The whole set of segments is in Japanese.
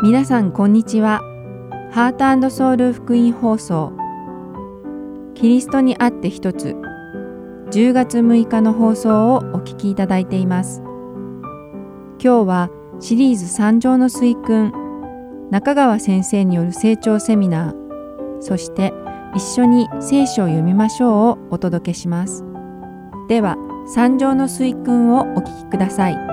皆さんこんにちは。ハート&ソウル福音放送キリストにあって一つ10月6日の放送をお聞きいただいています。今日はシリーズ三条の水訓、中川先生による成長セミナー、そして一緒に聖書を読みましょうをお届けします。では三条の水訓をお聞きください。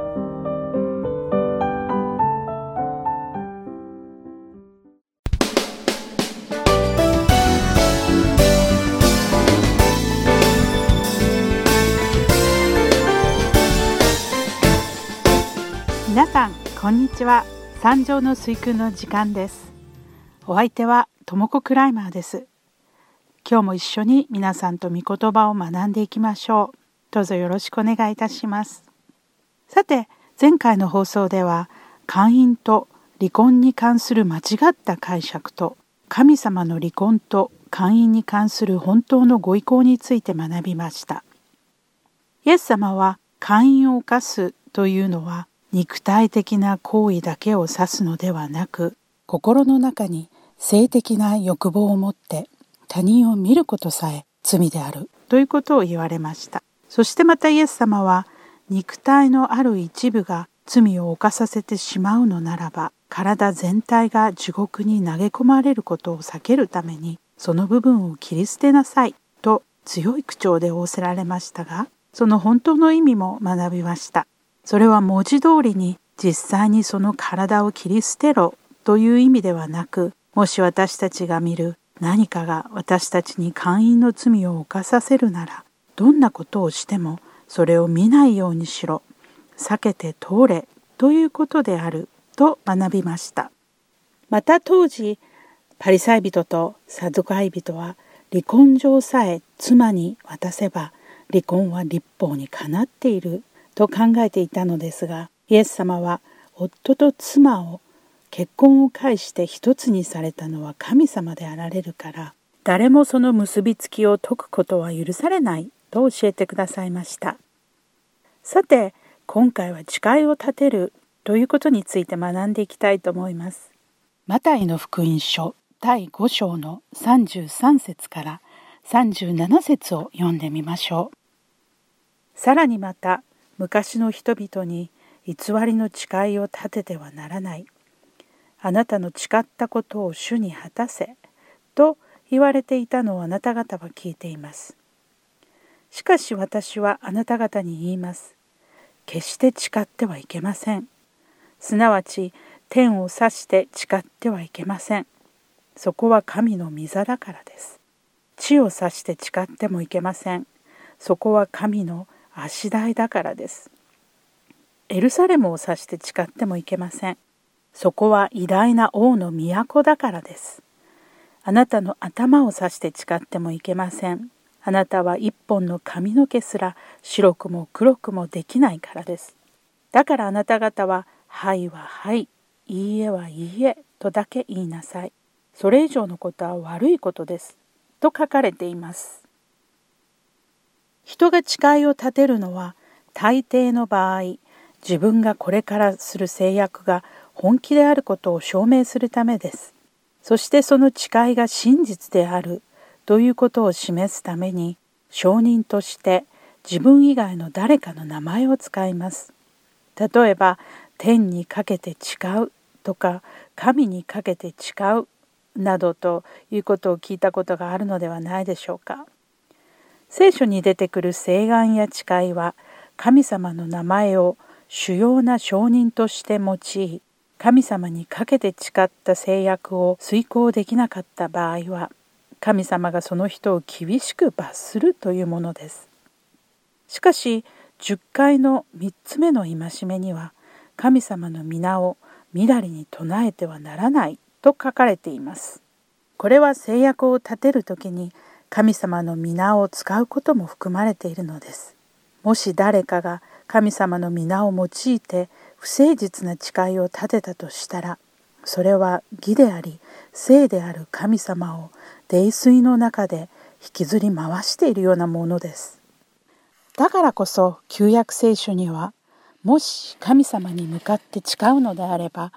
皆さんこんにちは。三条の水訓の時間です。お相手はともこクライマーです。今日も一緒に皆さんと御言葉を学んでいきましょう。どうぞよろしくお願いいたします。さて、前回の放送では婚姻と離婚に関する間違った解釈と神様の離婚と婚姻に関する本当のご意向について学びました。イエス様は婚姻を犯すというのは肉体的な行為だけを指すのではなく、心の中に性的な欲望を持って他人を見ることさえ罪であるということを言われました。そしてまたイエス様は、肉体のある一部が罪を犯させてしまうのならば、体全体が地獄に投げ込まれることを避けるために、その部分を切り捨てなさいと強い口調で仰せられましたが、その本当の意味も学びました。それは文字通りに実際にその体を切り捨てろという意味ではなく、もし私たちが見る何かが私たちに婚姻の罪を犯させるなら、どんなことをしてもそれを見ないようにしろ、避けて通れということであると学びました。また当時、パリサイ人とサドカイ人は離婚状さえ妻に渡せば離婚は律法にかなっていると考えていたのですが、イエス様は夫と妻を結婚を介して一つにされたのは神様であられるから、誰もその結びつきを解くことは許されないと教えてくださいました。さて、今回は誓いを立てるということについて学んでいきたいと思います。マタイの福音書第5章の33節から37節を読んでみましょう。さらにまた、昔の人々に偽りの誓いを立ててはならない。あなたの誓ったことを主に果たせと言われていたのをあなた方は聞いています。しかし私はあなた方に言います。決して誓ってはいけません。すなわち天を指して誓ってはいけません。そこは神の御座だからです。地を指して誓ってもいけません。そこは神の足台だからです。エルサレムを指して誓ってもいけません。そこは偉大な王の都だからです。あなたの頭を指して誓ってもいけません。あなたは一本の髪の毛すら白くも黒くもできないからです。だからあなた方は、はいははい、いいえはいいえとだけ言いなさい。それ以上のことは悪いことです。と書かれています。人が誓いを立てるのは、大抵の場合、自分がこれからする制約が本気であることを証明するためです。そしてその誓いが真実であるということを示すために、証人として自分以外の誰かの名前を使います。例えば、天にかけて誓うとか、神にかけて誓うなどということを聞いたことがあるのではないでしょうか。聖書に出てくる誓願や誓いは、神様の名前を主要な証人として用い、神様にかけて誓った誓約を遂行できなかった場合は、神様がその人を厳しく罰するというものです。しかし、10回の3つ目の戒めには、神様の皆をみだりに唱えてはならないと書かれています。これは誓約を立てるときに、神様の皆を使うことも含まれているのです。もし誰かが神様の皆を用いて不誠実な誓いを立てたとしたら、それは義であり聖である神様を泥酔の中で引きずり回しているようなものです。だからこそ旧約聖書には、もし神様に向かって誓うのであれば、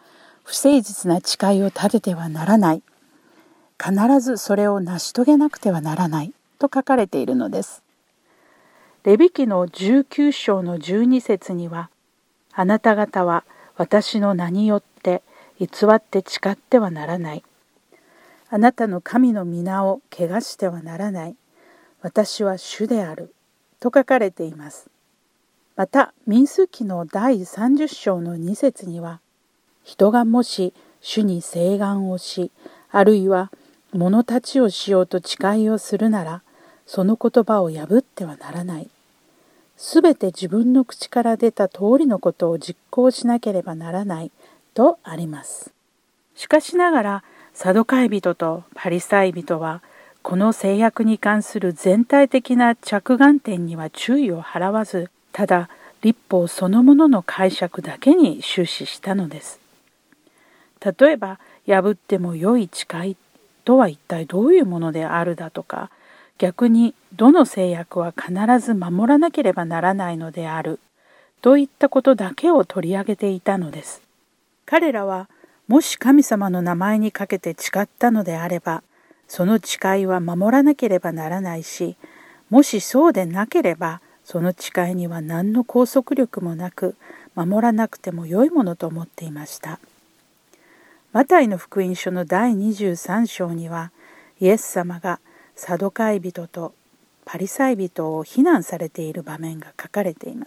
不誠実な誓いを立ててはならない。必ずそれを成し遂げなくてはならないと書かれているのです。レビ記の19章の12節には、あなた方は私の名によって偽って誓ってはならない。あなたの神の皆を汚してはならない。私は主である。と書かれています。また、民数記の第30章の2節には、人がもし主に誓願をし、あるいは物立ちをしようと誓いをするなら、その言葉を破ってはならない。すべて自分の口から出た通りのことを実行しなければならないとあります。しかしながら、サドカイ人とパリサイ人は、この制約に関する全体的な着眼点には注意を払わず、ただ律法そのものの解釈だけに終始したのです。例えば、破っても良い誓いとは一体どういうものであるだとか、逆にどの制約は必ず守らなければならないのであるといったことだけを取り上げていたのです。彼らはもし神様の名前にかけて誓ったのであれば、その誓いは守らなければならないし、もしそうでなければ、その誓いには何の拘束力もなく、守らなくても良いものと思っていました。マタイの福音書の第23章には、イエス様がサドカイ人とパリサイ人を非難されている場面が書かれています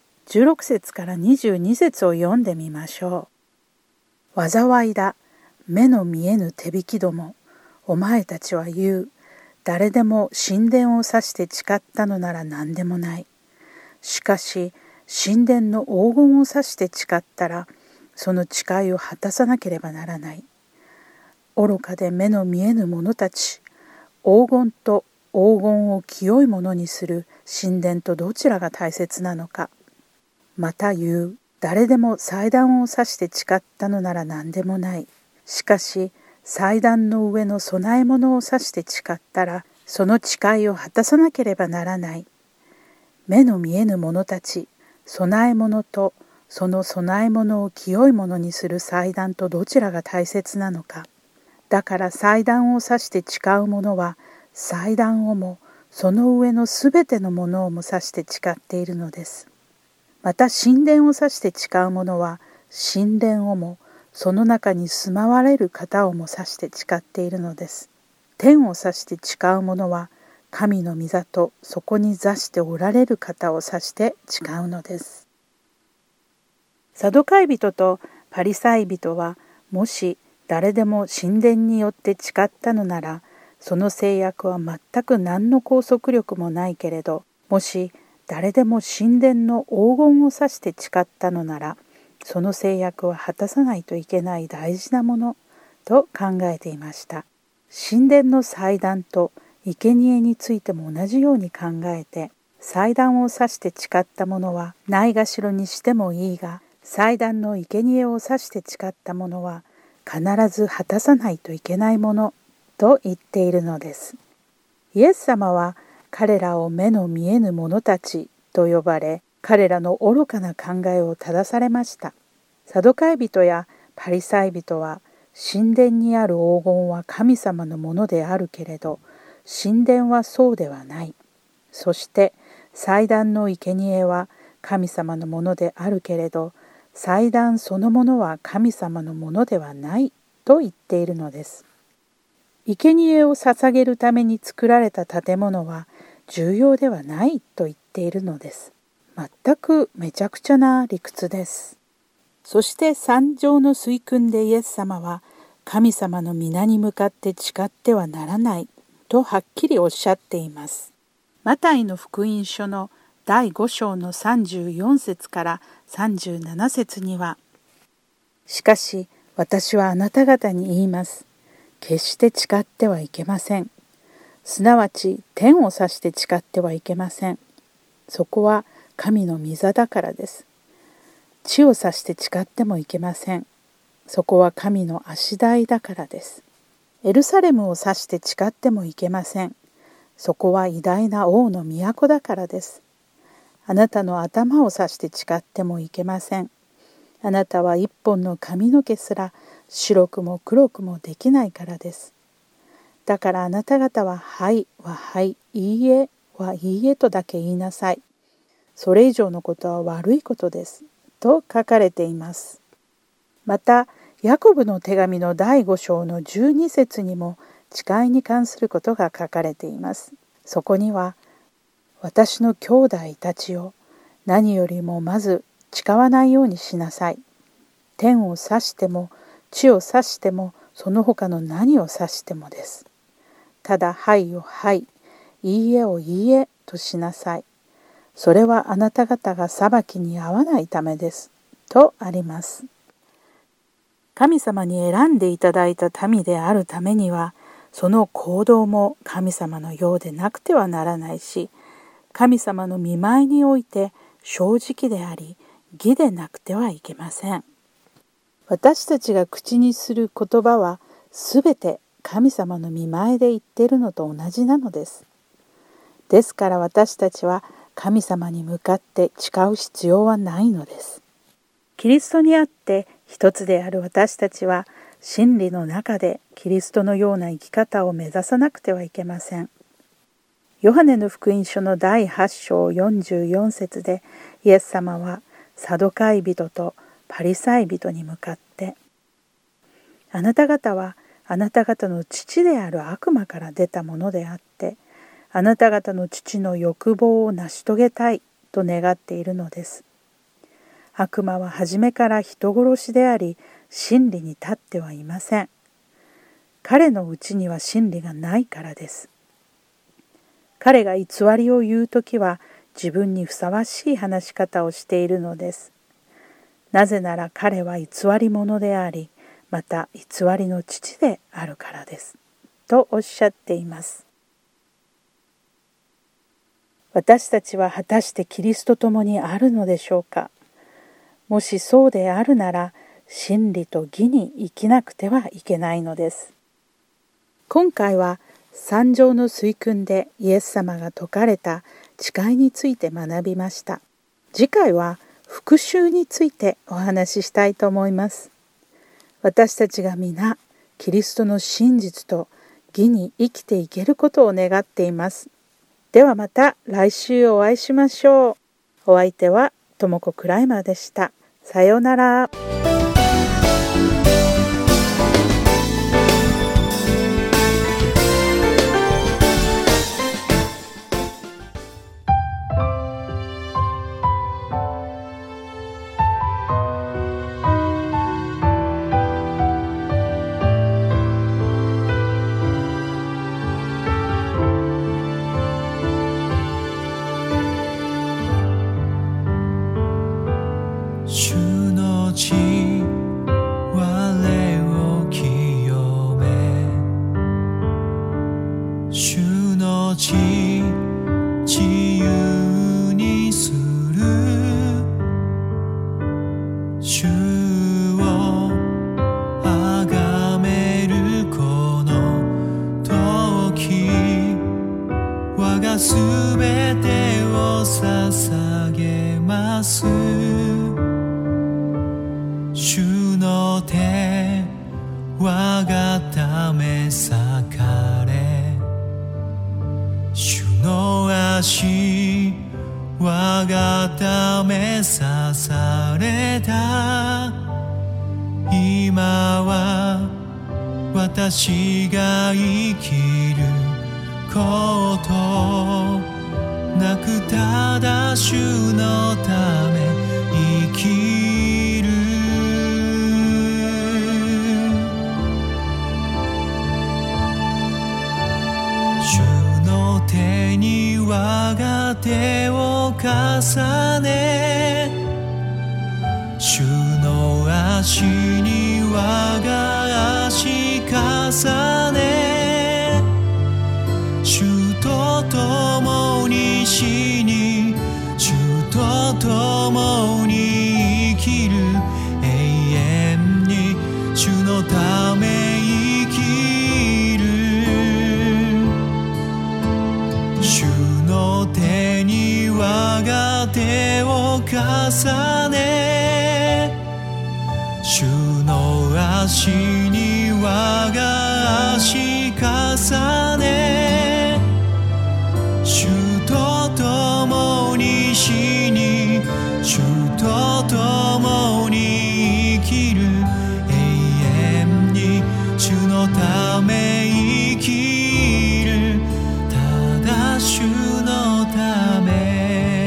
。16節から22節を読んでみましょう。災いだ、目の見えぬ手引きども、お前たちは言う。誰でも神殿を指して誓ったのなら何でもない。しかし、神殿の黄金を指して誓ったら、その誓いを果たさなければならない。愚かで目の見えぬ者たち、黄金と黄金を清いものにする神殿とどちらが大切なのか。また言う。誰でも祭壇を指して誓ったのなら何でもない。しかし、祭壇の上の供え物を指して誓ったら、その誓いを果たさなければならない。目の見えぬ者たち、供え物とその供え物を清いものにする祭壇とどちらが大切なのか。だから祭壇を指して誓う者は、祭壇をもその上のすべてのものをも指して誓っているのです。また神殿を指して誓う者は、神殿をもその中に住まわれる方をも指して誓っているのです。天を指して誓う者は、神の御座とそこに座しておられる方を指して誓うのです。サドカイ人とパリサイ人は、もし誰でも神殿によって誓ったのなら、その制約は全く何の拘束力もないけれど、もし誰でも神殿の黄金を指して誓ったのなら、その制約は果たさないといけない大事なものと考えていました。神殿の祭壇と生贄についても同じように考えて、祭壇を指して誓ったものはないがしろにしてもいいが、祭壇の生贄を指して誓ったものは必ず果たさないといけないものと言っているのです。イエス様は彼らを目の見えぬ者たちと呼ばれ、彼らの愚かな考えを正されました。サドカイ人やパリサイ人は、神殿にある黄金は神様のものであるけれど、神殿はそうではない。そして祭壇の生贄は神様のものであるけれど、祭壇そのものは神様のものではないと言っているのです。生贄を捧げるために作られた建物は重要ではないと言っているのです。全くめちゃくちゃな理屈です。そして山上の水訓でイエス様は、神様の皆に向かって誓ってはならないとはっきりおっしゃっています。マタイの福音書の第5章の34節から37節には、しかし私はあなた方に言います。決して誓ってはいけません。すなわち天を指して誓ってはいけません。そこは神の御座だからです。地を指して誓ってもいけません。そこは神の足台だからです。エルサレムを指して誓ってもいけません。そこは偉大な王の都だからです。あなたの頭を指して誓ってもいけません。 あなたは一本の髪の毛すら白くも黒くもできないからです。だからあなた方ははいははい、いいえはいいえとだけ言いなさい。それ以上のことは悪いことです。と書かれています。また、ヤコブの手紙の第5章の12節にも誓いに関することが書かれています。そこには、私の兄弟たちよ、何よりもまず誓わないようにしなさい。天を指しても地を指してもその他の何を指してもです。ただはいをはい、いいえをいいえとしなさい。それはあなた方が裁きに合わないためです。とあります。神様に選んでいただいた民であるためには、その行動も神様のようでなくてはならないし、神様の御前において正直であり、義でなくてはいけません。私たちが口にする言葉はすべて神様の御前で言っているのと同じなのです。ですから私たちは神様に向かって誓う必要はないのです。キリストにあって一つである私たちは真理の中でキリストのような生き方を目指さなくてはいけません。ヨハネの福音書の第8章44節でイエス様はサドカイ人とパリサイ人に向かって、あなた方はあなた方の父である悪魔から出たものであって、あなた方の父の欲望を成し遂げたいと願っているのです。悪魔は初めから人殺しであり、真理に立ってはいません。彼のうちには真理がないからです。彼が偽りを言うときは自分にふさわしい話し方をしているのです。なぜなら彼は偽り者であり、また偽りの父であるからです。とおっしゃっています。私たちは果たしてキリストと共にあるのでしょうか。もしそうであるなら、真理と義に生きなくてはいけないのです。今回は三条の水訓でイエス様が説かれた誓いについて学びました。次回は復讐についてお話ししたいと思います。私たちが皆キリストの真実と義に生きていけることを願っています。ではまた来週お会いしましょう。お相手はともこクライマーでした。さようなら。 主の血我を清め、主の血自由にする、主を崇めるこの時、我がすべてを捧げます。主の手我がため裂かれ、主の足我がため刺された。今は私が生きることなく、ただ主のため生きる。主の手に我が手を重ね、主の足に我が足重ね、主と共に死に、主と共に生きる。永遠に主のため生きる。主の手に我が手を重ね、 主の足に我が足重ね、主と共に死に、主と共に生きる、永遠に主のため生きる、ただ主のため。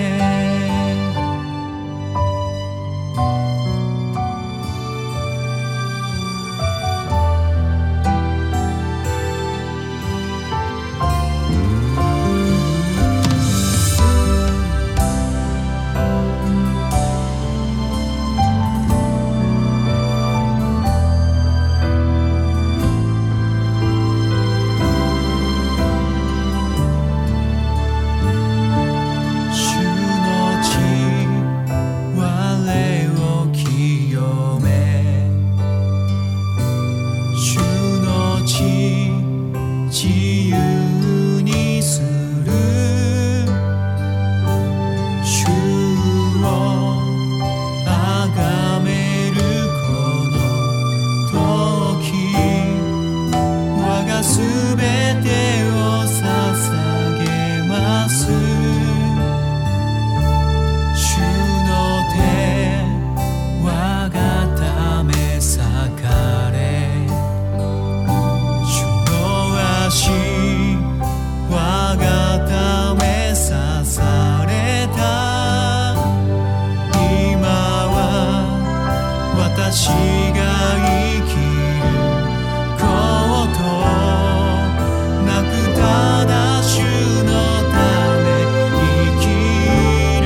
私が生きることなく、ただ主のため生きる。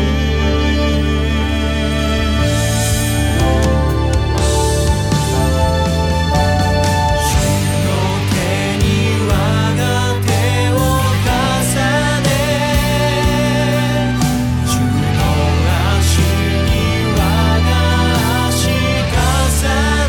主の手に我が手を重ね、主の足に我が足重ね、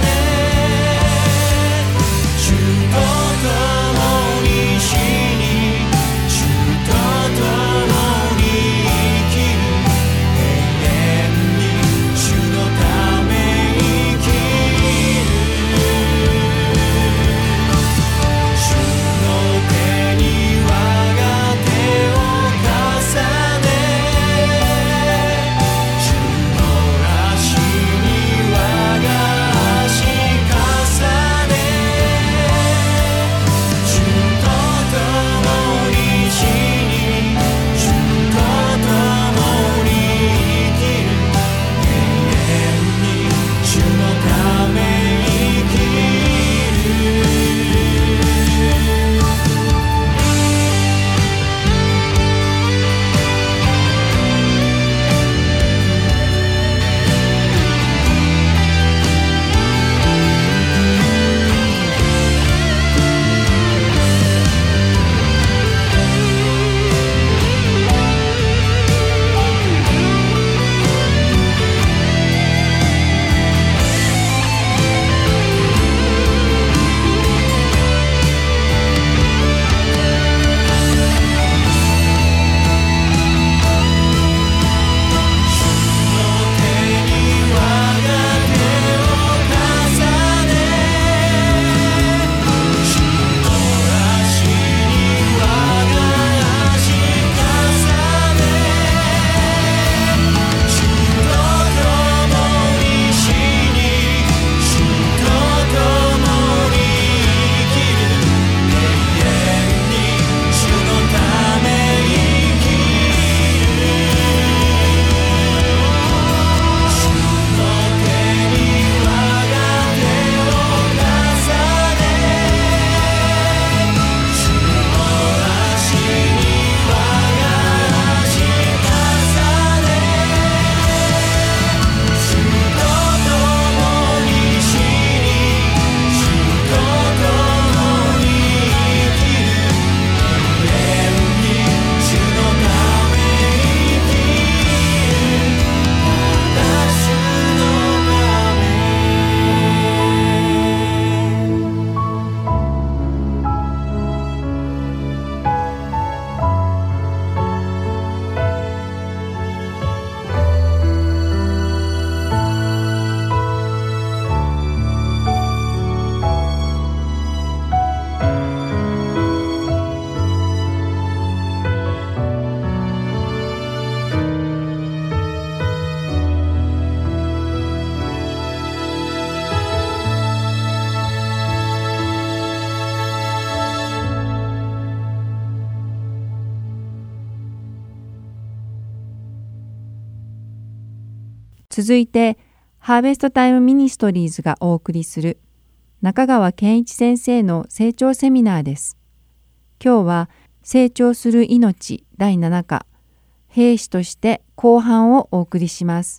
続いてハーベストタイムミニストリーズがお送りする中川健一先生の成長セミナーです。今日は成長する命第7課兵士として後半をお送りします。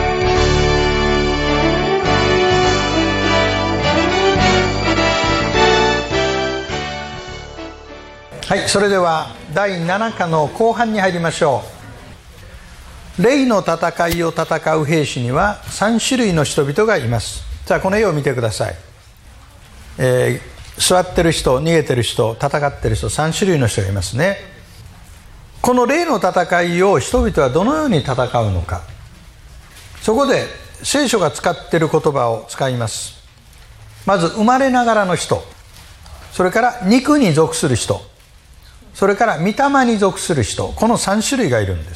はい、それでは第7課の後半に入りましょう。霊の戦いを戦う兵士には3種類の人々がいます。さあこの絵を見てください。座ってる人、逃げてる人、戦ってる人、3種類の人がいますね。この霊の戦いを人々はどのように戦うのか、そこで聖書が使っている言葉を使います。まず生まれながらの人、それから肉に属する人、それから御霊に属する人、この3種類がいるんです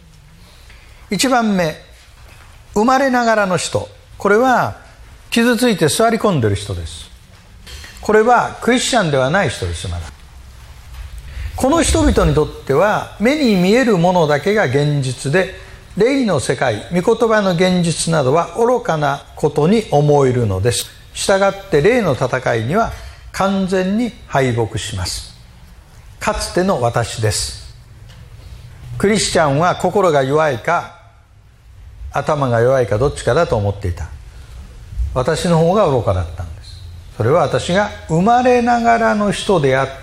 。1番目、生まれながらの人、これは傷ついて座り込んでいる人です。これはクリスチャンではない人です。まだこの人々にとっては目に見えるものだけが現実で、霊の世界、御言葉の現実などは愚かなことに思えるのです。したがって霊の戦いには完全に敗北します。かつての私です。クリスチャンは心が弱いか頭が弱いかどっちかだと思っていた。私の方が愚かだったんです。それは私が生まれながらの人であって、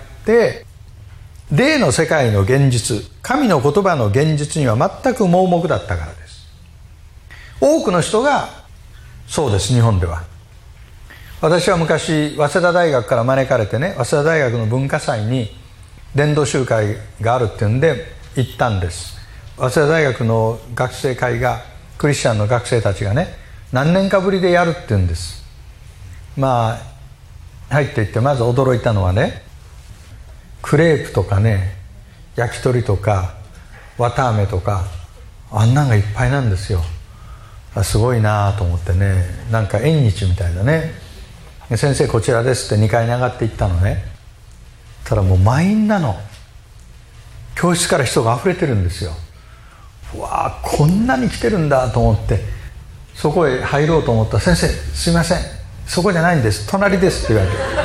霊の世界の現実、神の言葉の現実には全く盲目だったからです。多くの人がそうです。日本では私は昔早稲田大学から招かれてね、早稲田大学の文化祭に伝道集会があるっていうんで行ったんです。早稲田大学の学生会が、クリスチャンの学生たちがね、何年かぶりでやるっていうんです。まあ入っていってまず驚いたのはね、クレープとかね、焼き鳥とか綿あめとか、あんなんがいっぱいなんですよ。すごいなと思ってね、なんか縁日みたいだね。先生こちらですって2階に上がっていったのね。ただもう満員なの。教室から人が溢れてるんですよ。うわあ、こんなに来てるんだと思ってそこへ入ろうと思ったら、先生すいません、そこじゃないんです、隣ですって言わ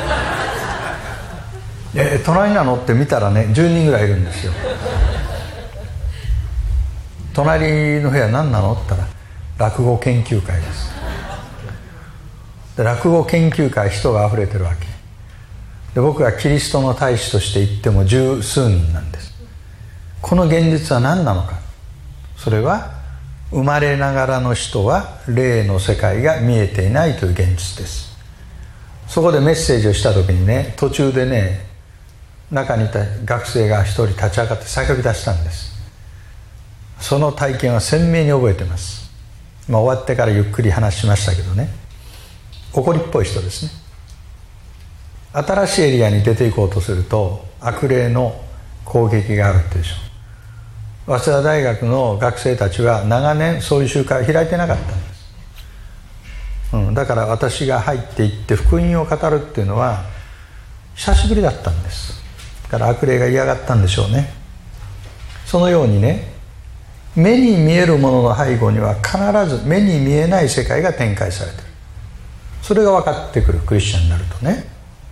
れて隣なのって見たらね、10人ぐらいいるんですよ。隣の部屋何なのって言ったら、落語研究会です。で落語研究会、人が溢れてるわけで、僕がキリストの大使として行っても十数人なんです。この現実は何なのか。それは生まれながらの人は霊の世界が見えていないという現実です。そこでメッセージをした時にね、途中でね、中にいた学生が一人立ち上がって叫び出したんです。その体験は鮮明に覚えてます。終わってからゆっくり話しましたけどね、怒りっぽい人ですね。新しいエリアに出ていこうとすると悪霊の攻撃があるってでしょう。早稲田大学の学生たちは長年そういう集会を開いてなかったんです。だから私が入っていって福音を語るっていうのは久しぶりだったんです。だから悪霊が嫌がったんでしょうね。そのようにね、目に見えるものの背後には必ず目に見えない世界が展開されている。それが分かってくるクリスチャンになるとね、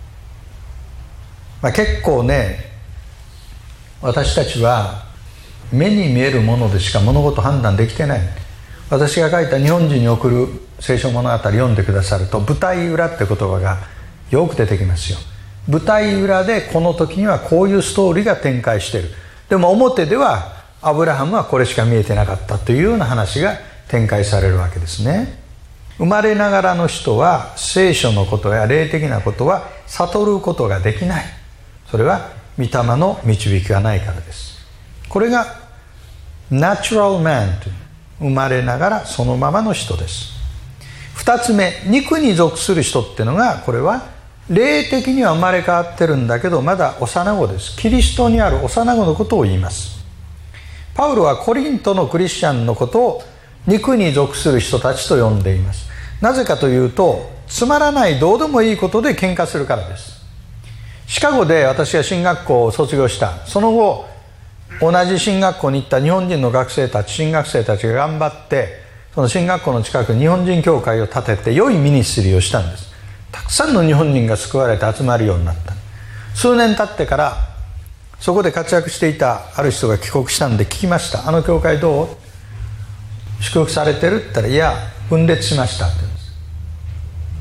結構ね、私たちは目に見えるものでしか物事判断できてない。私が書いた日本人に送る聖書物語読んでくださると、舞台裏って言葉がよく出てきますよ。舞台裏でこの時にはこういうストーリーが展開している。でも表ではアブラハムはこれしか見えてなかったというような話が展開されるわけですね。生まれながらの人は聖書のことや霊的なことは悟ることができない。それは御霊の導きがないからです。これがナチュラルマンという、生まれながらそのままの人です。2つ目、肉に属する人っていうのが、これは霊的には生まれ変わってるんだけどまだ幼子です。キリストにある幼子のことを言います。パウロはコリントのクリスチャンのことを肉に属する人たちと呼んでいます。なぜかというと、つまらないどうでもいいことで喧嘩するからです。シカゴで私が進学校を卒業した。その後同じ進学校に行った日本人の学生たち、新学生たちが頑張ってその進学校の近くに日本人教会を建てて良いミニストリーをしたんです。たくさんの日本人が救われて集まるようになった。数年経ってからそこで活躍していたある人が帰国したんで聞きました。あの教会どう？祝福されてるって言ったら、いや分裂しましたって言うんです。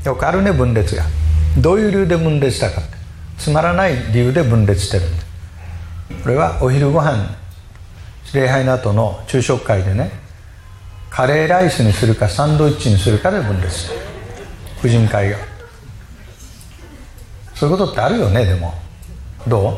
よくあるね、分裂が。どういう理由で分裂したかって、つまらない理由で分裂してるんで、これはお昼ご飯礼拝の後の昼食会でね、カレーライスにするかサンドイッチにするかで分裂してる、婦人会が。そういうことってあるよね。でもどう？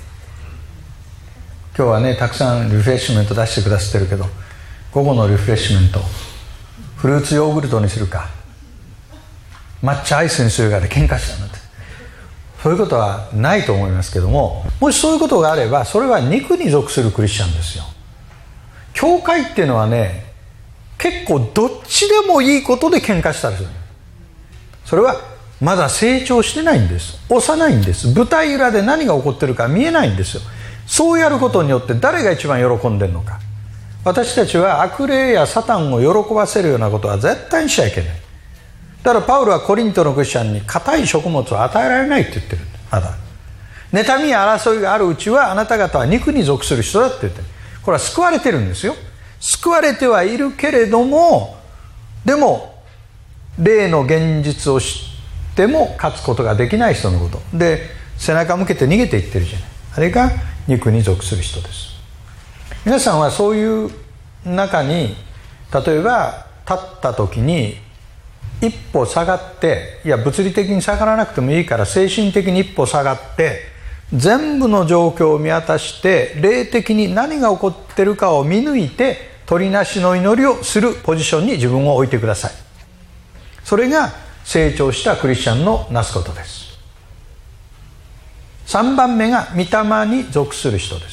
今日はねたくさんリフレッシュメント出してくださってるけど、午後のリフレッシュメントフルーツヨーグルトにするか抹茶アイスにするかで喧嘩したなんて、そういうことはないと思いますけども、もしそういうことがあればそれは肉に属するクリスチャンですよ。教会っていうのはね、結構どっちでもいいことで喧嘩したりする。それはまだ成長してないんです。幼いんです。舞台裏で何が起こってるか見えないんですよ。そうやることによって誰が一番喜んでるのか。私たちは悪霊やサタンを喜ばせるようなことは絶対にしちゃいけない。だからパウロはコリントのクリスチャンに固い食物を与えられないって言ってる。まだ妬みや争いがあるうちはあなた方は肉に属する人だって言ってる。これは救われてるんですよ。救われてはいるけれども、でも霊の現実を知っても勝つことができない人のことで、背中向けて逃げていってるじゃない。あれが肉に属する人です。皆さんはそういう中に、例えば立った時に一歩下がって、いや物理的に下がらなくてもいいから精神的に一歩下がって全部の状況を見渡して霊的に何が起こってるかを見抜いて取りなしの祈りをするポジションに自分を置いてください。それが成長したクリスチャンのなすことです。3番目が御霊に属する人です。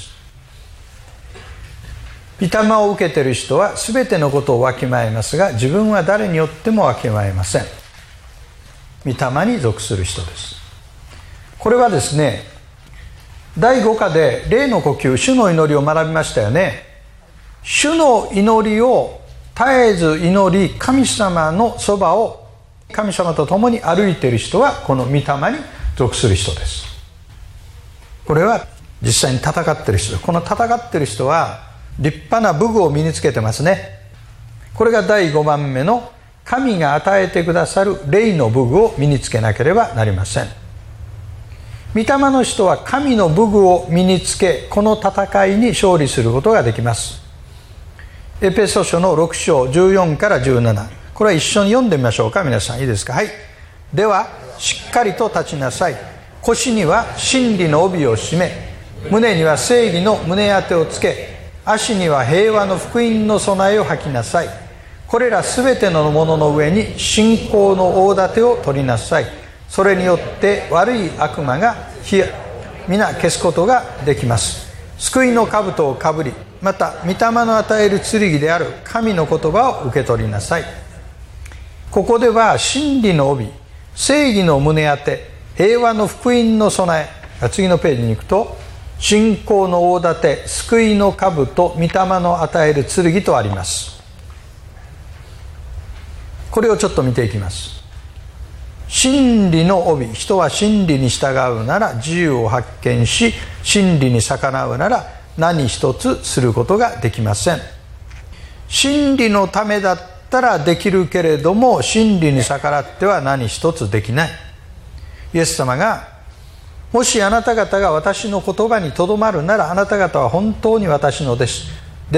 御霊を受けている人は全てのことをわきまえますが、自分は誰によってもわきまえません。御霊に属する人です。これはですね、第5課で霊の呼吸、主の祈りを学びましたよね。主の祈りを絶えず祈り、神様のそばを神様と共に歩いている人はこの御霊に属する人です。これは実際に戦っている人。この戦っている人は立派な武具を身につけてますね。これが第5番目の神が与えてくださる霊の武具を身につけなければなりません。御霊の人は神の武具を身につけ、この戦いに勝利することができます。エペソ書の6章14から17、これは一緒に読んでみましょうか。皆さんいいですか。はい。ではしっかりと立ちなさい。腰には真理の帯を締め、胸には正義の胸当てをつけ、足には平和の福音の備えを履きなさい。これらすべてのものの上に信仰の大盾を取りなさい。それによって悪い悪魔が皆消すことができます。救いの兜をかぶり、また御霊の与える剣である神の言葉を受け取りなさい。ここでは真理の帯、正義の胸当て、平和の福音の備え、次のページに行くと信仰の大盾、救いの兜、御霊の与える剣とあります。これをちょっと見ていきます。真理の帯、人は真理に従うなら自由を発見し、真理に逆らうなら何一つすることができません。真理のためだったらできるけれども、真理に逆らっては何一つできない。イエス様が、もしあなた方が私の言葉にとどまるなら、あなた方は本当に私の弟子です。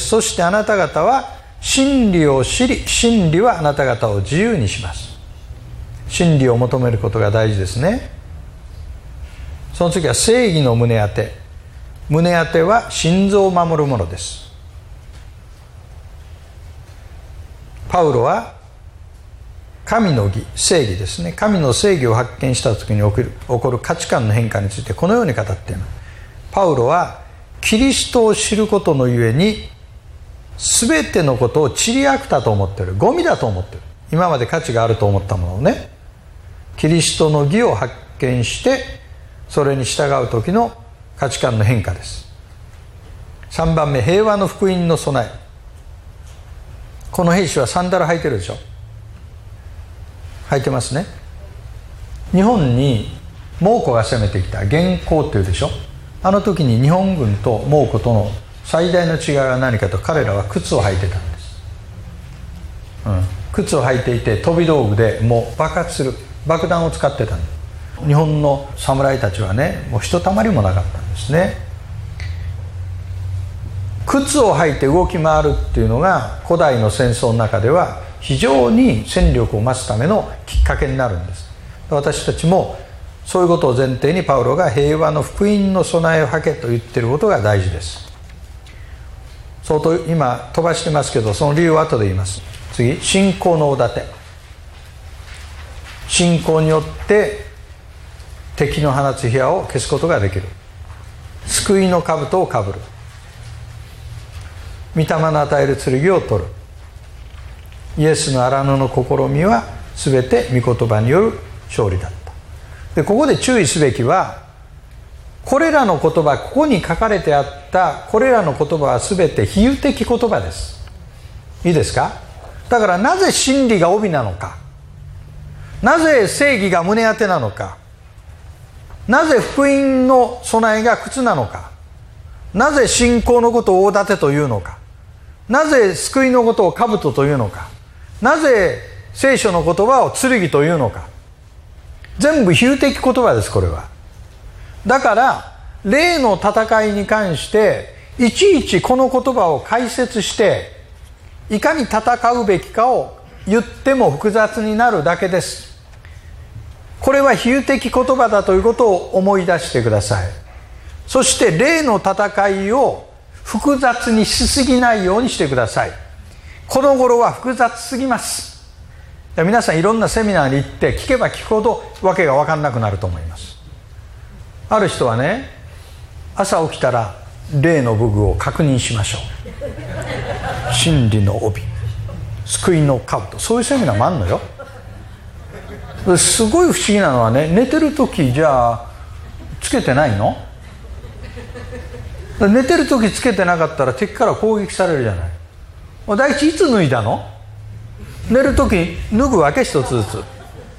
そしてあなた方は真理を知り、真理はあなた方を自由にします。真理を求めることが大事ですね。その次は正義の胸当て。胸当ては心臓を守るものです。パウロは神の義、正義ですね。神の正義を発見した時に起こる価値観の変化についてこのように語っています。パウロはキリストを知ることのゆえに全てのことを塵悪だと思っている、ゴミだと思っている。今まで価値があると思ったものをね、キリストの義を発見してそれに従う時の価値観の変化です。3番目、平和の福音の備え。 この兵士はサンダル履いてるでしょ。履いてますね。日本に蒙古が攻めてきた元寇っていうでしょ。あの時に日本軍と蒙古との最大の違いは何かと、彼らは靴を履いてたんです、靴を履いていて飛び道具でもう爆発する爆弾を使ってたんです。日本の侍たちはね、もうひとたまりもなかったんですね。靴を履いて動き回るっていうのが古代の戦争の中では非常に戦力を増すためのきっかけになるんです。私たちもそういうことを前提にパウロが平和の福音の備えをはけと言っていることが大事です。相当今飛ばしてますけど、その理由は後で言います。次、信仰のおだて。信仰によって敵の放つ火矢を消すことができる。救いの兜をかぶる。御霊の与える剣を取る。イエスの荒野の試みは全て御言葉による勝利だった。でここで注意すべきは、これらの言葉、ここに書かれてあったこれらの言葉は全て比喩的言葉です。いいですか。だからなぜ真理が帯なのか、なぜ正義が胸当てなのか、なぜ福音の備えが靴なのか、なぜ信仰のことを大盾というのか、なぜ救いのことを兜というのか、なぜ聖書の言葉を剣というのか、全部比喩的言葉です。これはだから霊の戦いに関していちいちこの言葉を解説していかに戦うべきかを言っても複雑になるだけです。これは比喩的言葉だということを思い出してください。そして霊の戦いを複雑にしすぎないようにしてください。この頃は複雑すぎます。皆さんいろんなセミナーに行って聞けば聞くほどわけが分かんなくなると思います。ある人はね、朝起きたら霊の武具を確認しましょう。真理の帯、救いの兜、そういうセミナーもあるのよ。すごい不思議なのはね、寝てる時じゃあつけてないの？寝てる時つけてなかったら敵から攻撃されるじゃない。第一いつ脱いだの？寝る時脱ぐわけ、一つずつ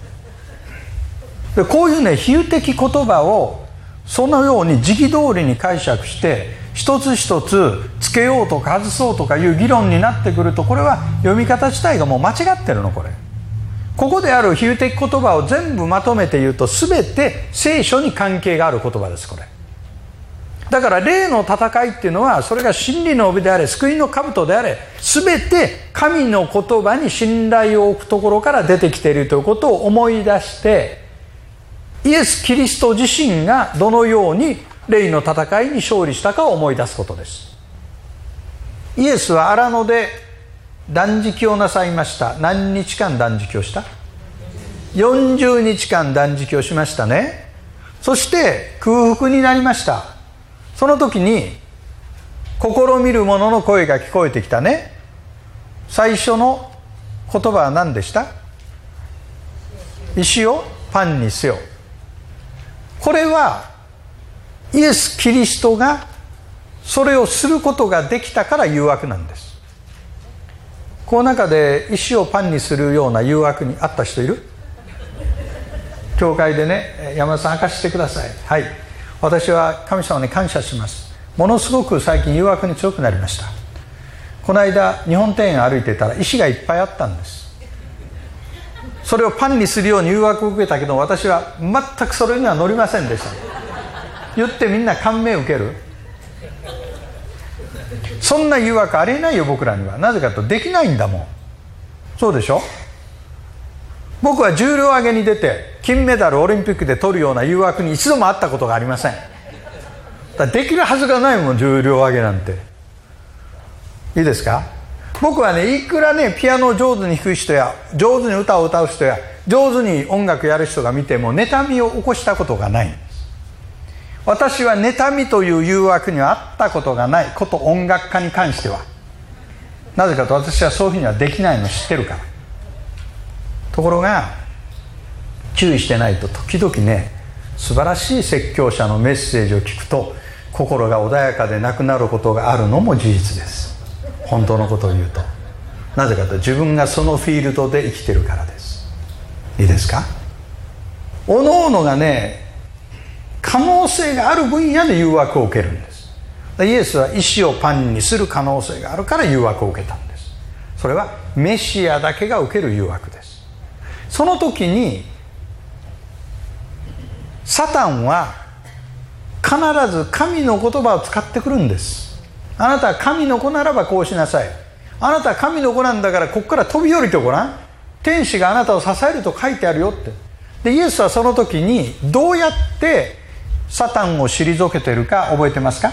で。こういうね比喩的言葉をそのように時期通りに解釈して一つ一つつけようとか外そうとかいう議論になってくると、これは読み方自体がもう間違ってるの。ここである比喩的言葉を全部まとめて言うと全て聖書に関係がある言葉です。これだから霊の戦いっていうのは、それが真理の帯であれ救いの兜であれ、全て神の言葉に信頼を置くところから出てきているということを思い出して、イエス・キリスト自身がどのように霊の戦いに勝利したかを思い出すことです。イエスは荒野で断食をなさいました。何日間断食をした？ 40 日間断食をしましたね。そして空腹になりました。その時に試みる者の声が聞こえてきたね。最初の言葉は何でした？石をパンにせよ。これはイエス・キリストがそれをすることができたから誘惑なんです。この中で石をパンにするような誘惑にあった人いる？教会でね、山田さん明かしてください。はい、私は神様に感謝します。ものすごく最近誘惑に強くなりました。この間日本庭園歩いてたら石がいっぱいあったんです。それをパンにするように誘惑を受けたけど、私は全くそれには乗りませんでした。言ってみんな感銘を受ける？そんな誘惑ありえないよ、僕らには。なぜかとできないんだもん。そうでしょ。僕は重量挙げに出て金メダルオリンピックで取るような誘惑に一度も会ったことがありません。だからできるはずがないもん、重量挙げなんて。いいですか。僕はね、いくらねピアノを上手に弾く人や上手に歌を歌う人や上手に音楽やる人が見ても妬みを起こしたことがないんです。私は妬みという誘惑にはあったことがないこと、音楽家に関しては。なぜかと、私はそういうふうにはできないの知ってるから。ところが注意してないと時々ね、素晴らしい説教者のメッセージを聞くと心が穏やかでなくなることがあるのも事実です。本当のことを言うと。 なぜかというと自分がそのフィールドで生きてるからです。いいですか。おのおのがね、可能性がある分野で誘惑を受けるんです。イエスは石をパンにする可能性があるから誘惑を受けたんです。それはメシアだけが受ける誘惑です。その時にサタンは必ず神の言葉を使ってくるんです。あなたは神の子ならばこうしなさい。あなたは神の子なんだからここから飛び降りてごらん。天使があなたを支えると書いてあるよって。でイエスはその時にどうやってサタンを退けてるか覚えてますか。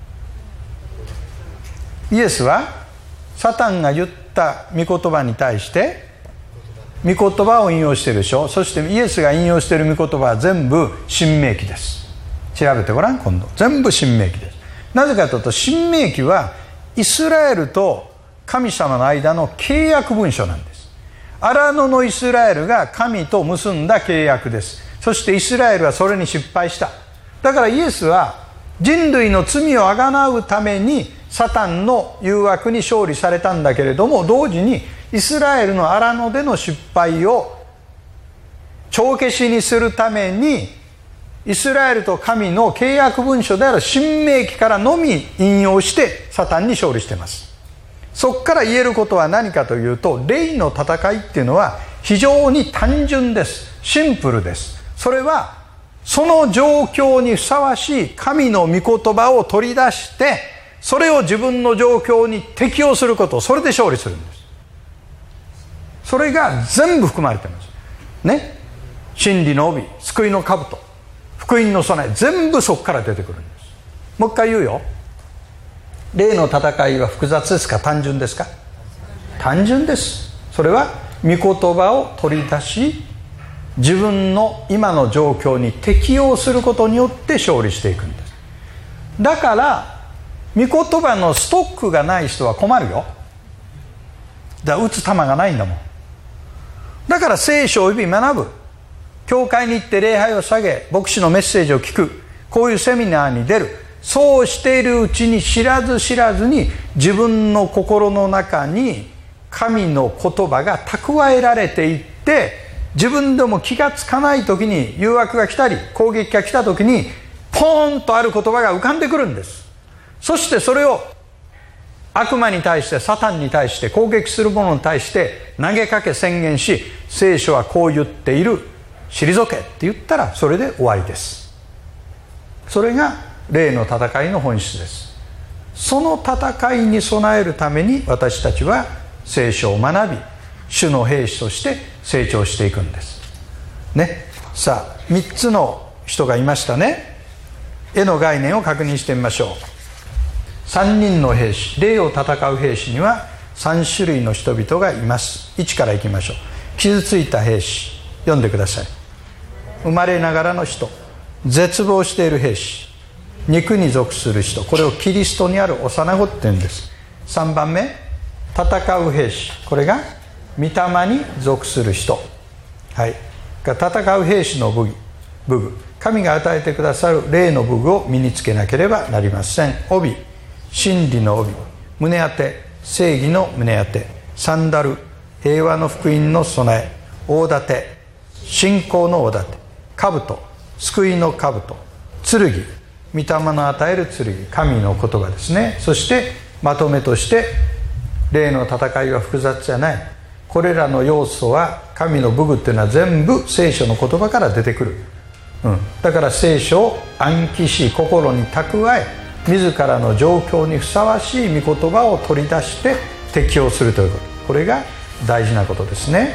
イエスはサタンが言った御言葉に対して御言葉を引用しているでしょ。そしてイエスが引用している御言葉は全部新明記です。調べてごらん。今度全部新明記です。なぜかというと新明記はイスラエルと神様の間の契約文書なんです。荒野のイスラエルが神と結んだ契約です。そしてイスラエルはそれに失敗した。だからイエスは人類の罪をあがなうためにサタンの誘惑に勝利されたんだけれども、同時にイスラエルの荒野での失敗を帳消しにするためにイスラエルと神の契約文書である新明記からのみ引用してサタンに勝利しています。そこから言えることは何かというと、霊の戦いっていうのは非常に単純です。シンプルです。それはその状況にふさわしい神の御言葉を取り出してそれを自分の状況に適用すること、それで勝利するんです。それが全部含まれていますね。真理の帯、救いの兜、福音の備え、全部そこから出てくるんです。もう一回言うよ。霊の戦いは複雑ですか、単純ですか。単純です。それは御言葉を取り出し自分の今の状況に適応することによって勝利していくんです。だから御言葉のストックがない人は困るよ。だから打つ球がないんだもん。だから聖書を日々学ぶ、教会に行って礼拝を下げ、牧師のメッセージを聞く、こういうセミナーに出る。そうしているうちに知らず知らずに自分の心の中に神の言葉が蓄えられていって、自分でも気がつかない時に誘惑が来たり攻撃が来た時にポーンとある言葉が浮かんでくるんです。そしてそれを悪魔に対して、サタンに対して、攻撃する者に対して投げかけ宣言し、聖書はこう言っている、退けって言ったらそれで終わりです。それが霊の戦いの本質です。その戦いに備えるために私たちは聖書を学び、主の兵士として成長していくんですね。さあ3つの人がいましたね。絵の概念を確認してみましょう。3人の兵士、霊を戦う兵士には3種類の人々がいます。1からいきましょう。傷ついた兵士、読んでください。生まれながらの人、絶望している兵士、肉に属する人、これをキリストにある幼子って言うんです。3番目、戦う兵士、これが御霊に属する人、はい、戦う兵士の武具、神が与えてくださる霊の武具を身につけなければなりません。帯、真理の帯、胸当て、正義の胸当て、サンダル、平和の福音の備え、大盾、信仰の大盾、兜、救いの兜、剣、御霊の与える剣、神の言葉ですね。そしてまとめとして、霊の戦いは複雑じゃない。これらの要素は、神の武具っていうのは全部聖書の言葉から出てくる。だから聖書を暗記し、心に蓄え、自らの状況にふさわしい御言葉を取り出して適応するということ、これが大事なことですね。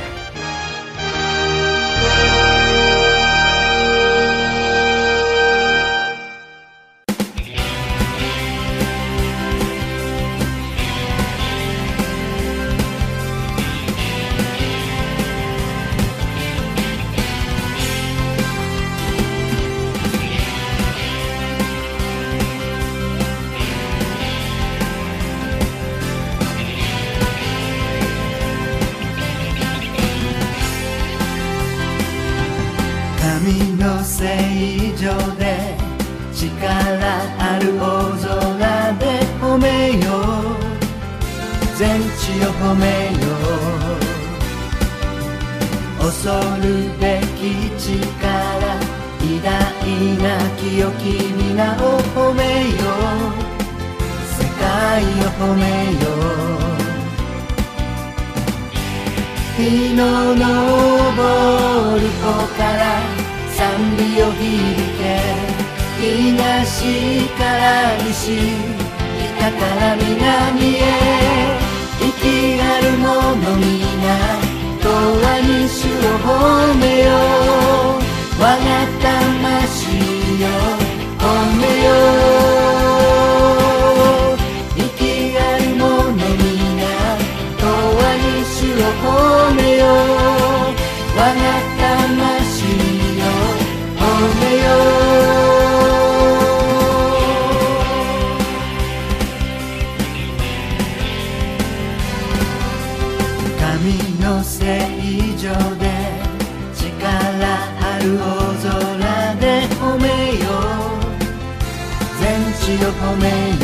神の聖女で力ある大空で褒めよう。 全地を褒めよう。恐るべき力、偉大な清き皆を褒めよう。世界を褒めよう。日の昇る方から賛美を響け。東から西、北から南へ。生きある者皆、永遠に主を褒めよう。我が魂よ褒めよう。生きある者皆、永遠に主を褒めよう。我が魂よ褒めよう。神の聖女で力ある大空で褒めよう。全地を褒めよ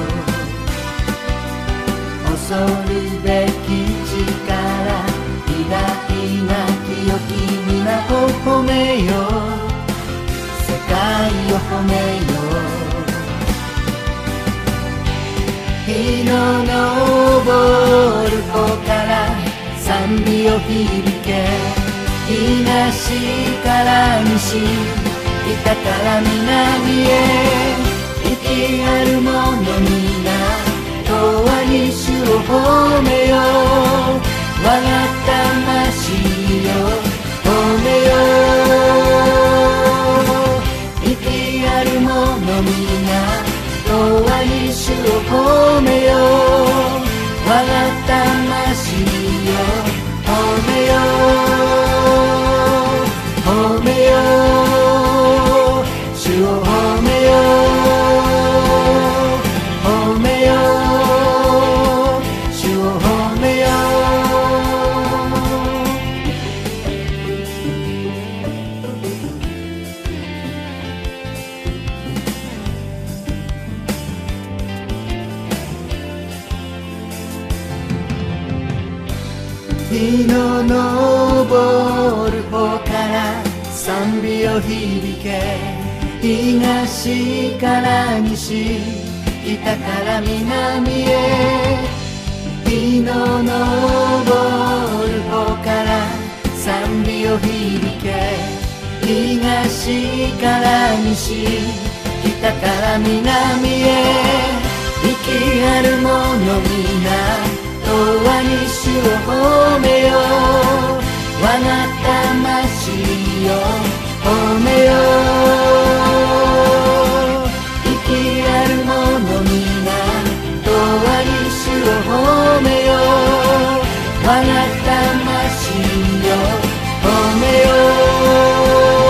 う。恐るべき力、偉大な清き皆を褒めよう。世界を褒めよう。日の昇る方から賛美を響け。東から西、北から南へ。生きある者皆、永遠に主を褒めよう。我が魂よ褒めよう。生きある者皆、永遠に主を褒めよう。我が魂よ褒めよう。褒めよう。主を褒めよう。褒めよう。主を褒めよう。日の昇る方から賛美を響け。東から西、北から南へ。日の昇る方から賛美を響け。東から西、北から南へ。生きある者皆、永遠に主を褒めよう。我が魂よ褒めよう。生きある者皆、永遠に主を褒めよう。我が魂よ褒めよう。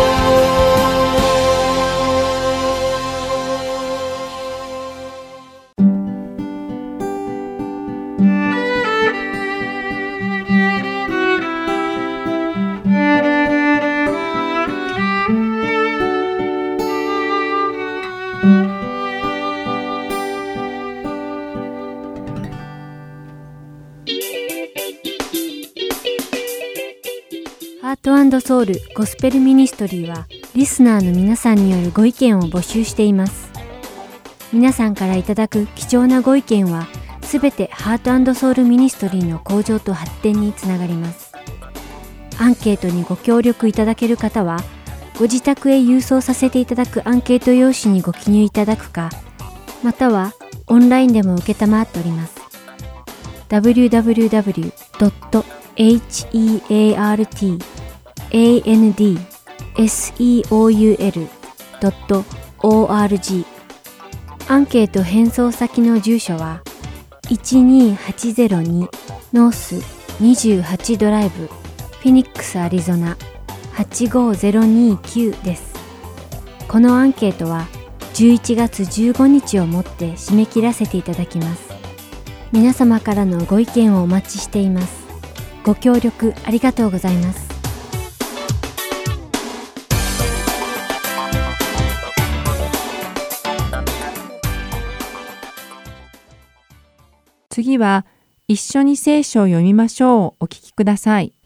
ハート&ソウルゴスペルミニストリーはリスナーの皆さんによるご意見を募集しています。皆さんからいただく貴重なご意見はすべてハート&ソウルミニストリーの向上と発展につながります。アンケートにご協力いただける方はご自宅へ郵送させていただくアンケート用紙にご記入いただくか、またはオンラインでも受けたまっております。www.heartandseoul.org アンケート返送先の住所は12802ノース28ドライブフィニックスアリゾナ85029です。このアンケートは11月15日をもって締め切らせていただきます。皆様からのご意見をお待ちしています。ご協力ありがとうございます。 次は一緒に聖書を読みましょうをお聞きください。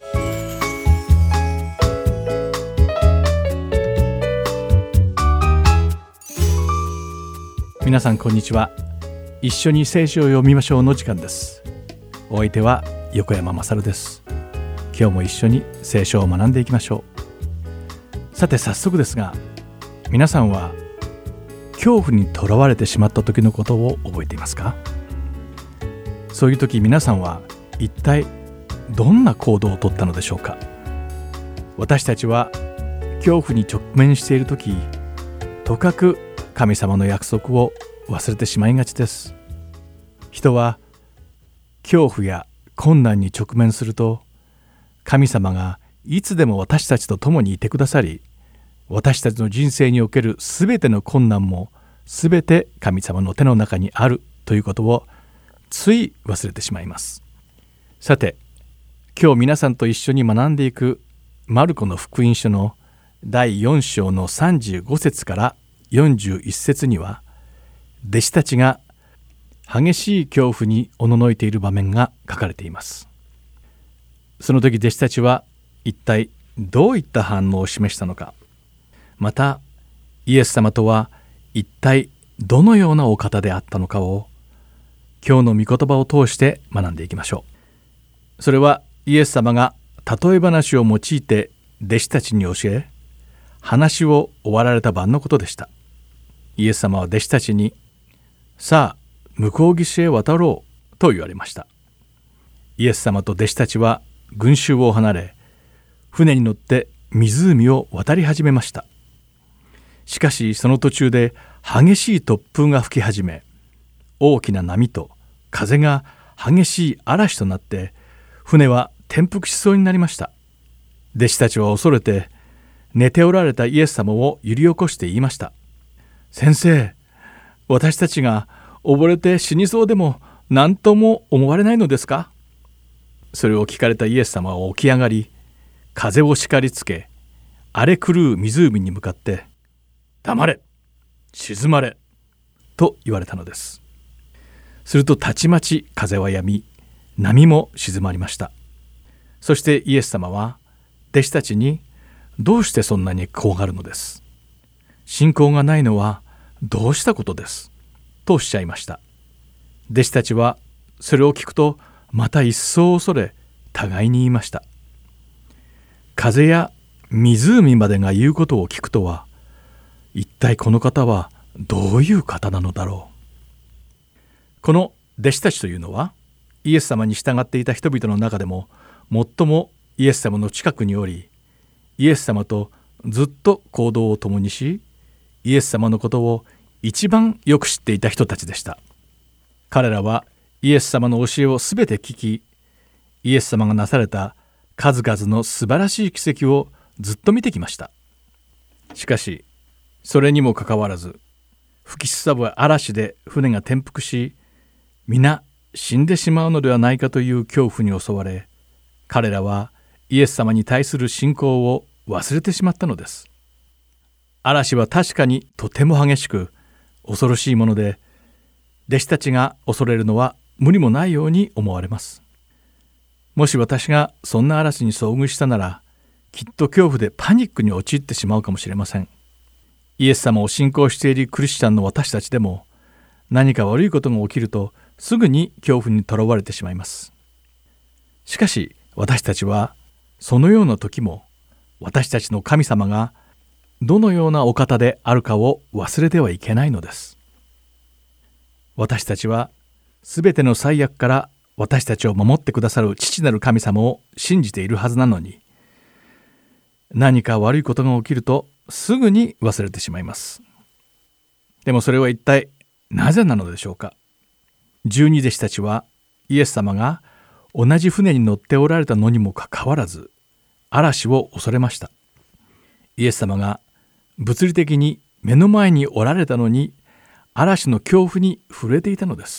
皆さんこんにちは。一緒に聖書を読みましょうの時間です。お相手は横山まさるです。今日も一緒に聖書を学んでいきましょう。さて早速ですが、皆さんは恐怖にとらわれてしまった時のことを覚えていますか？そういう時皆さんは一体どんな行動をとったのでしょうか？私たちは恐怖に直面している時、とかく神様の約束を忘れてしまいがちです。人は恐怖や困難に直面すると、神様がいつでも私たちと共にいてくださり、私たちの人生におけるすべての困難もすべて神様の手の中にあるということをつい忘れてしまいます。さて、今日皆さんと一緒に学んでいくマルコの福音書の第4章の35節から41節には、弟子たちが激しい恐怖におののいている場面が書かれています。その時弟子たちは一体どういった反応を示したのか、またイエス様とは一体どのようなお方であったのかを今日の御言葉を通して学んでいきましょう。それはイエス様が例え話を用いて弟子たちに教え、話を終わられた晩のことでした。イエス様は弟子たちに、さあ向こう岸へ渡ろうと言われました。イエス様と弟子たちは群衆を離れ、船に乗って湖を渡り始めました。しかしその途中で激しい突風が吹き始め、大きな波と風が激しい嵐となって、船は転覆しそうになりました。弟子たちは恐れて、寝ておられたイエス様を揺り起こして言いました。先生、私たちが溺れて死にそうでも何とも思われないのですか？それを聞かれたイエス様は起き上がり、風を叱りつけ、荒れ狂う湖に向かって、黙れ、静まれと言われたのです。するとたちまち風は止み、波も静まりました。そしてイエス様は弟子たちに、どうしてそんなに怖がるのです？信仰がないのはどうしたことです？とおっしゃいました。弟子たちはそれを聞くとまた一層恐れ、互いに言いました。風や湖までが言うことを聞くとは、一体この方はどういう方なのだろう。この弟子たちというのは、イエス様に従っていた人々の中でも最もイエス様の近くにおり、イエス様とずっと行動を共にし、イエス様のことを一番よく知っていた人たちでした。彼らはイエス様の教えをすべて聞き、イエス様がなされた数々の素晴らしい奇跡をずっと見てきました。しかし、それにもかかわらず、吹きすさぶ嵐で船が転覆し、皆死んでしまうのではないかという恐怖に襲われ、彼らはイエス様に対する信仰を忘れてしまったのです。嵐は確かにとても激しく恐ろしいもので、弟子たちが恐れるのは無理もないように思われます。もし私がそんな嵐に遭遇したなら、きっと恐怖でパニックに陥ってしまうかもしれません。イエス様を信仰しているクリスチャンの私たちでも、何か悪いことが起きるとすぐに恐怖にとらわれてしまいます。しかし私たちはそのような時も、私たちの神様がどのようなお方であるかを忘れてはいけないのです。私たちはすべての災厄から私たちを守ってくださる父なる神様を信じているはずなのに、何か悪いことが起きるとすぐに忘れてしまいます。でもそれは一体なぜなのでしょうか。12弟子たちはイエス様が同じ船に乗っておられたのにもかかわらず、嵐を恐れました。イエス様が物理的に目の前におられたのに、嵐の恐怖に震えていたのです。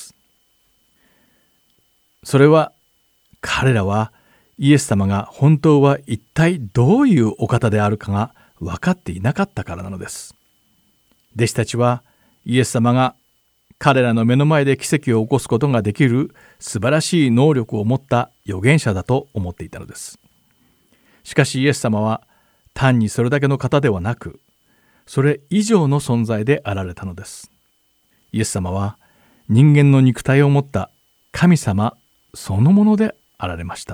それは、彼らはイエス様が本当は一体どういうお方であるかが分かっていなかったからなのです。弟子たちはイエス様が彼らの目の前で奇跡を起こすことができる素晴らしい能力を持った預言者だと思っていたのです。しかしイエス様は単にそれだけの方ではなく、それ以上の存在であられたのです。イエス様は人間の肉体を持った神様そのものであられました。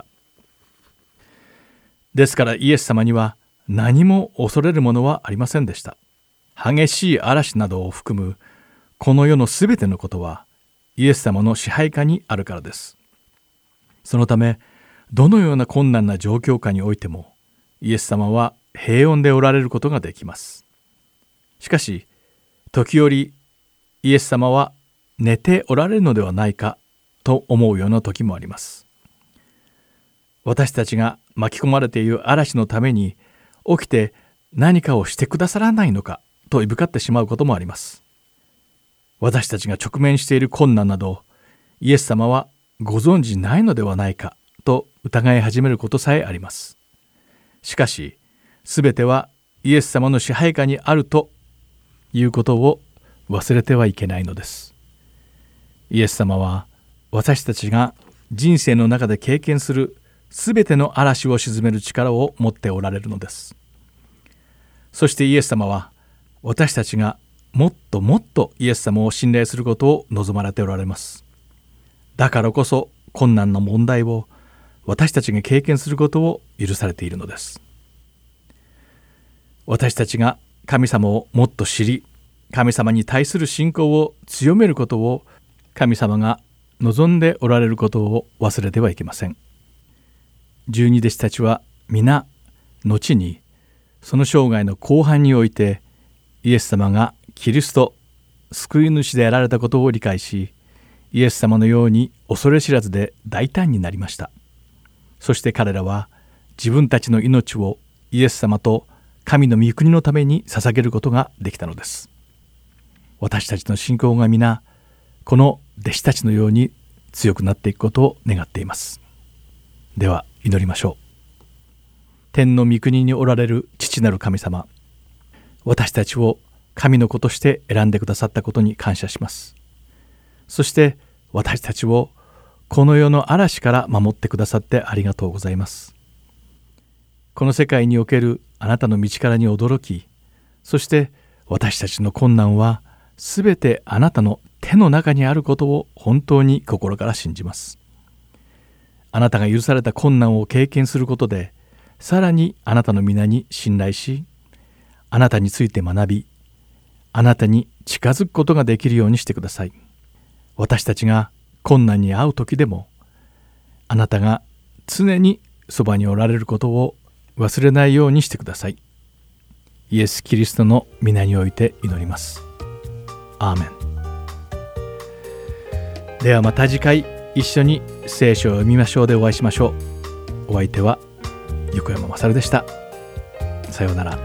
ですからイエス様には何も恐れるものはありませんでした。激しい嵐などを含むこの世のすべてのことはイエス様の支配下にあるからです。そのためどのような困難な状況下においてもイエス様は平穏でおられることができます。しかし時折イエス様は寝ておられるのではないかと思うような時もあります。私たちが巻き込まれている嵐のために起きて何かをしてくださらないのかといぶかってしまうこともあります。私たちが直面している困難などイエス様はご存じないのではないかと疑い始めることさえあります。しかしすべてはイエス様の支配下にあるということを忘れてはいけないのです。イエス様は私たちが人生の中で経験するすべての嵐を鎮める力を持っておられるのです。そしてイエス様は私たちがもっともっとイエス様を信頼することを望まれておられます。だからこそ困難な問題を私たちが経験することを許されているのです。私たちが神様をもっと知り、神様に対する信仰を強めることを神様が望んでおられることを忘れてはいけません。十二弟子たちは皆後にその生涯の後半においてイエス様がキリスト救い主であられたことを理解し、イエス様のように恐れ知らずで大胆になりました。そして彼らは自分たちの命をイエス様と神の御国のために捧げることができたのです。私たちの信仰が皆この弟子たちのように強くなっていくことを願っています。では祈りましょう。天の御国におられる父なる神様、私たちを神の子として選んでくださったことに感謝します。そして私たちをこの世の嵐から守ってくださってありがとうございます。この世界におけるあなたの道からに驚き、そして私たちの困難はすべてあなたの手の中にあることを本当に心から信じます。あなたが許された困難を経験することで、さらにあなたの皆に信頼し、あなたについて学び、あなたに近づくことができるようにしてください。私たちが困難に遭う時でも、あなたが常にそばにおられることを忘れないようにしてください。イエス・キリストの皆において祈ります。アーメン。ではまた次回一緒に聖書を読みましょうでお会いしましょう。お相手は横山勝でした。さようなら。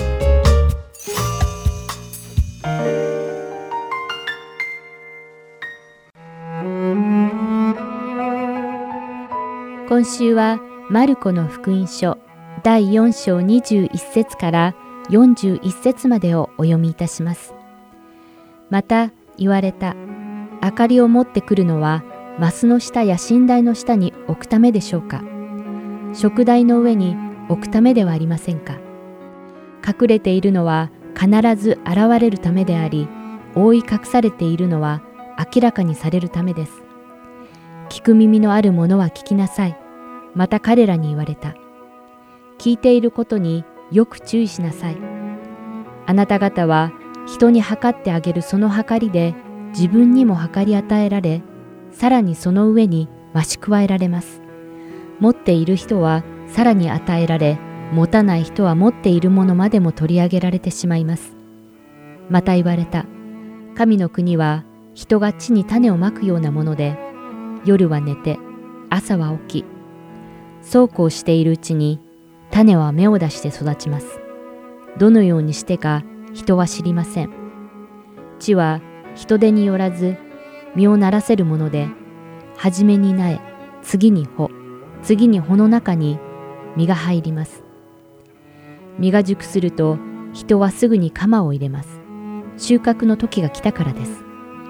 今週はマルコの福音書第4章21節から41節までをお読みいたします。また言われた。明かりを持ってくるのはマスの下や寝台の下に置くためでしょうか。食台の上に置くためではありませんか。隠れているのは必ず現れるためであり、覆い隠されているのは明らかにされるためです。聞く耳のある者は聞きなさい。また彼らに言われた。聞いていることによく注意しなさい。あなた方は人に測ってあげるその測りで自分にも測り与えられ、さらにその上に増し加えられます。持っている人はさらに与えられ、持たない人は持っているものまでも取り上げられてしまいます。また言われた。神の国は人が地に種をまくようなもので、夜は寝て、朝は起き、そうこうしているうちに種は芽を出して育ちます。どのようにしてか人は知りません。地は人手によらず実をならせるもので、はじめに苗、次に穂、次に穂の中に実が入ります。実が熟すると人はすぐに鎌を入れます。収穫の時が来たからです。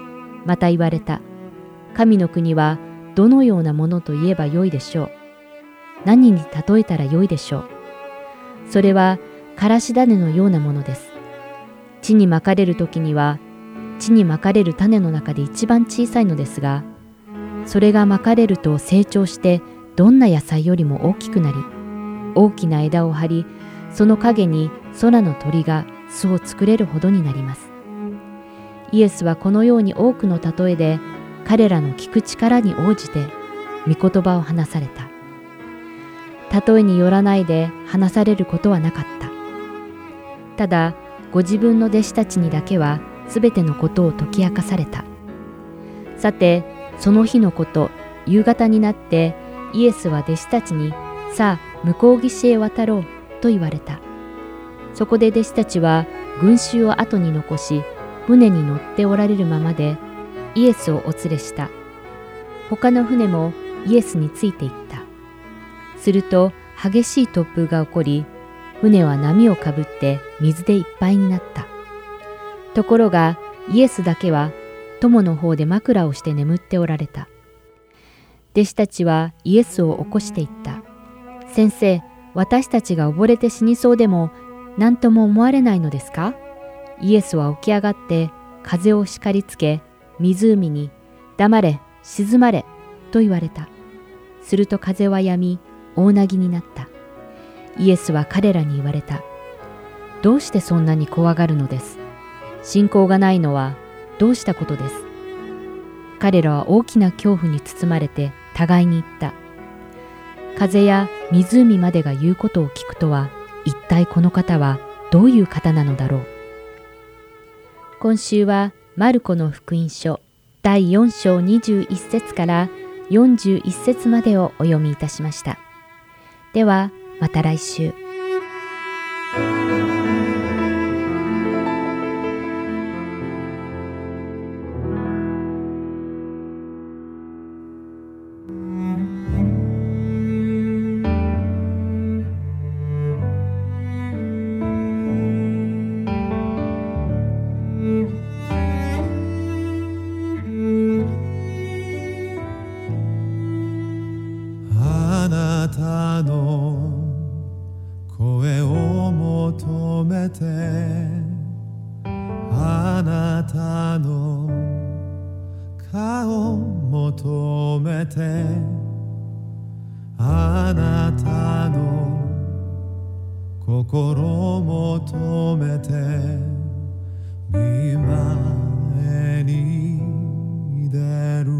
また言われた。神の国はどのようなものと言えばよいでしょう。何に例えたらよいでしょう。それはからし種のようなものです。地にまかれるときには、地にまかれる種の中で一番小さいのですが、それがまかれると成長してどんな野菜よりも大きくなり、大きな枝を張り、その陰に空の鳥が巣を作れるほどになります。イエスはこのように多くの例えで彼らの聞く力に応じて御言葉を話された。例えによらないで話されることはなかった。ただ、ご自分の弟子たちにだけはすべてのことを解き明かされた。さて、その日のこと、夕方になってイエスは弟子たちに、さあ、向こう岸へ渡ろうと言われた。そこで弟子たちは群衆を後に残し、船に乗っておられるままでイエスをお連れした。他の船もイエスについていった。すると激しい突風が起こり、船は波をかぶって水でいっぱいになった。ところがイエスだけは友の方で枕をして眠っておられた。弟子たちはイエスを起こしていった。先生、私たちが溺れて死にそうでも何とも思われないのですか？イエスは起き上がって風を叱りつけ、湖に黙れ、静まれと言われた。すると風は止み、大凪になった。イエスは彼らに言われた。どうしてそんなに怖がるのです？信仰がないのはどうしたことです？彼らは大きな恐怖に包まれて互いに言った。風や湖までが言うことを聞くとは、一体この方はどういう方なのだろう。今週はマルコの福音書第4章21節から41節までをお読みいたしました。ではまた来週。 あなたの声を求めて、あなたの顔を求めて、あなたの心を求めて、御前に出る。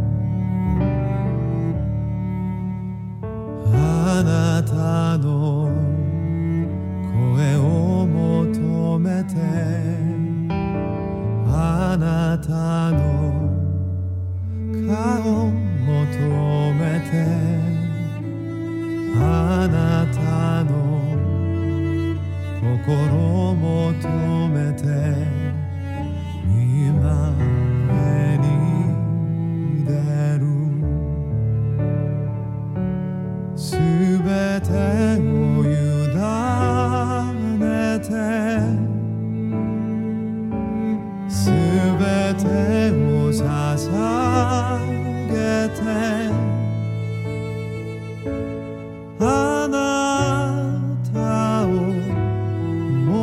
あなたの声を求めて、あなたの顔を求めて、あなたの心を求めて、御前に出る。すべてを委ねて、すべてを捧げて、あなたを求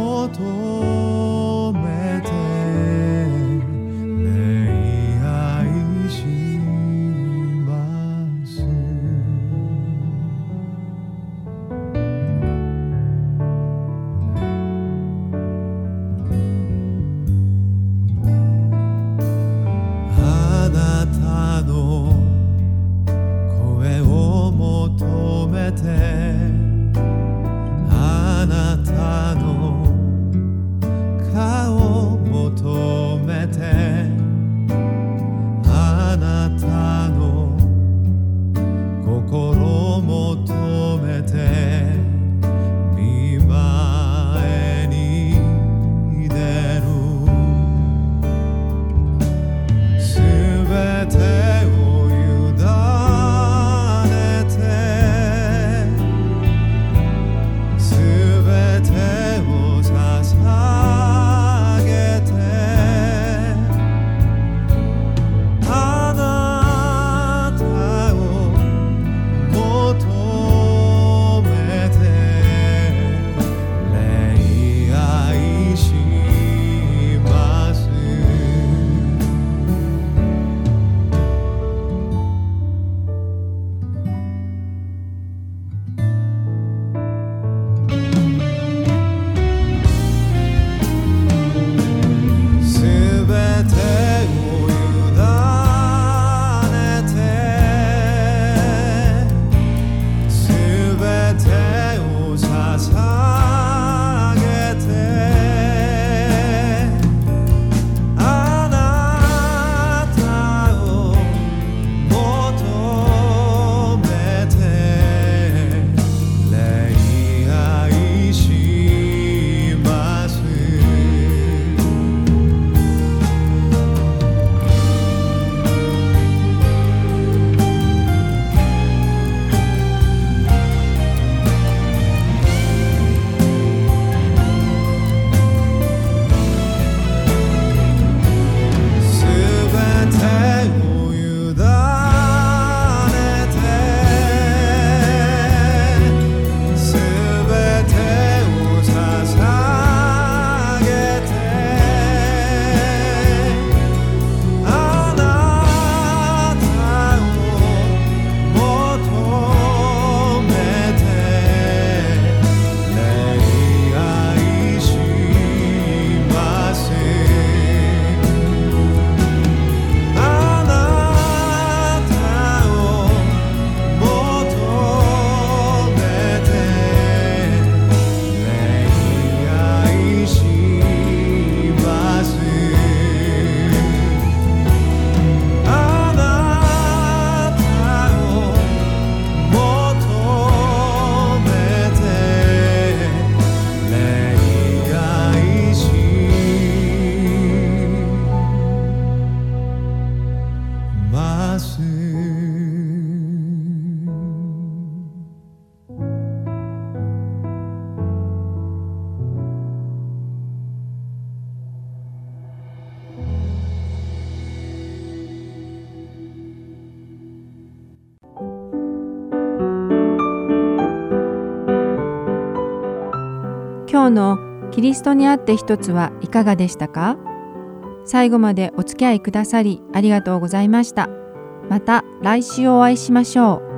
今日のキリストにあって一つはいかがでしたか？最後までお付き合いくださりありがとうございました。また来週お会いしましょう。